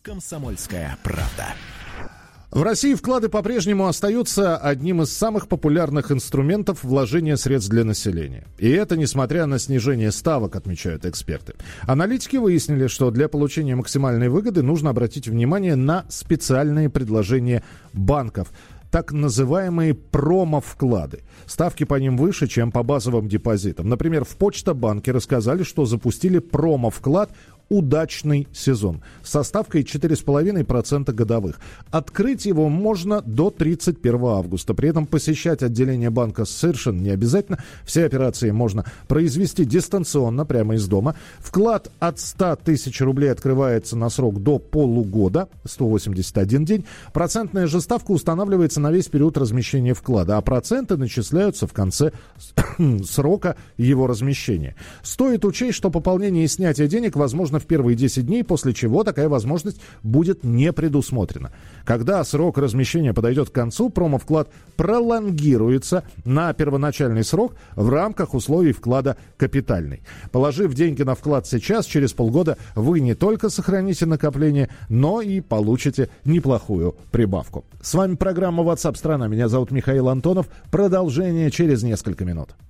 «Комсомольская правда». В России вклады по-прежнему остаются одним из самых популярных инструментов вложения средств для населения. И это несмотря на снижение ставок, отмечают эксперты. Аналитики выяснили, что для получения максимальной выгоды нужно обратить внимание на специальные предложения банков. Так называемые промо-вклады. Ставки по ним выше, чем по базовым депозитам. Например, в Почта-банке рассказали, что запустили промо-вклад «Удачный сезон» со ставкой 4,5% годовых. Открыть его можно до 31 августа. При этом посещать отделение банка совершенно не обязательно. Все операции можно произвести дистанционно, прямо из дома. Вклад от 100 тысяч рублей открывается на срок до полугода, 181 день. Процентная же ставка устанавливается на весь период размещения вклада, а проценты начисляются в конце срока его размещения. Стоит учесть, что пополнение и снятие денег возможно в первые 10 дней, после чего такая возможность будет не предусмотрена. Когда срок размещения подойдет к концу, промо-вклад пролонгируется на первоначальный срок в рамках условий вклада капитальный. Положив деньги на вклад сейчас, через полгода вы не только сохраните накопление, но и получите неплохую прибавку. С вами программа WhatsApp страна. Меня зовут Михаил Антонов. Продолжение через несколько минут.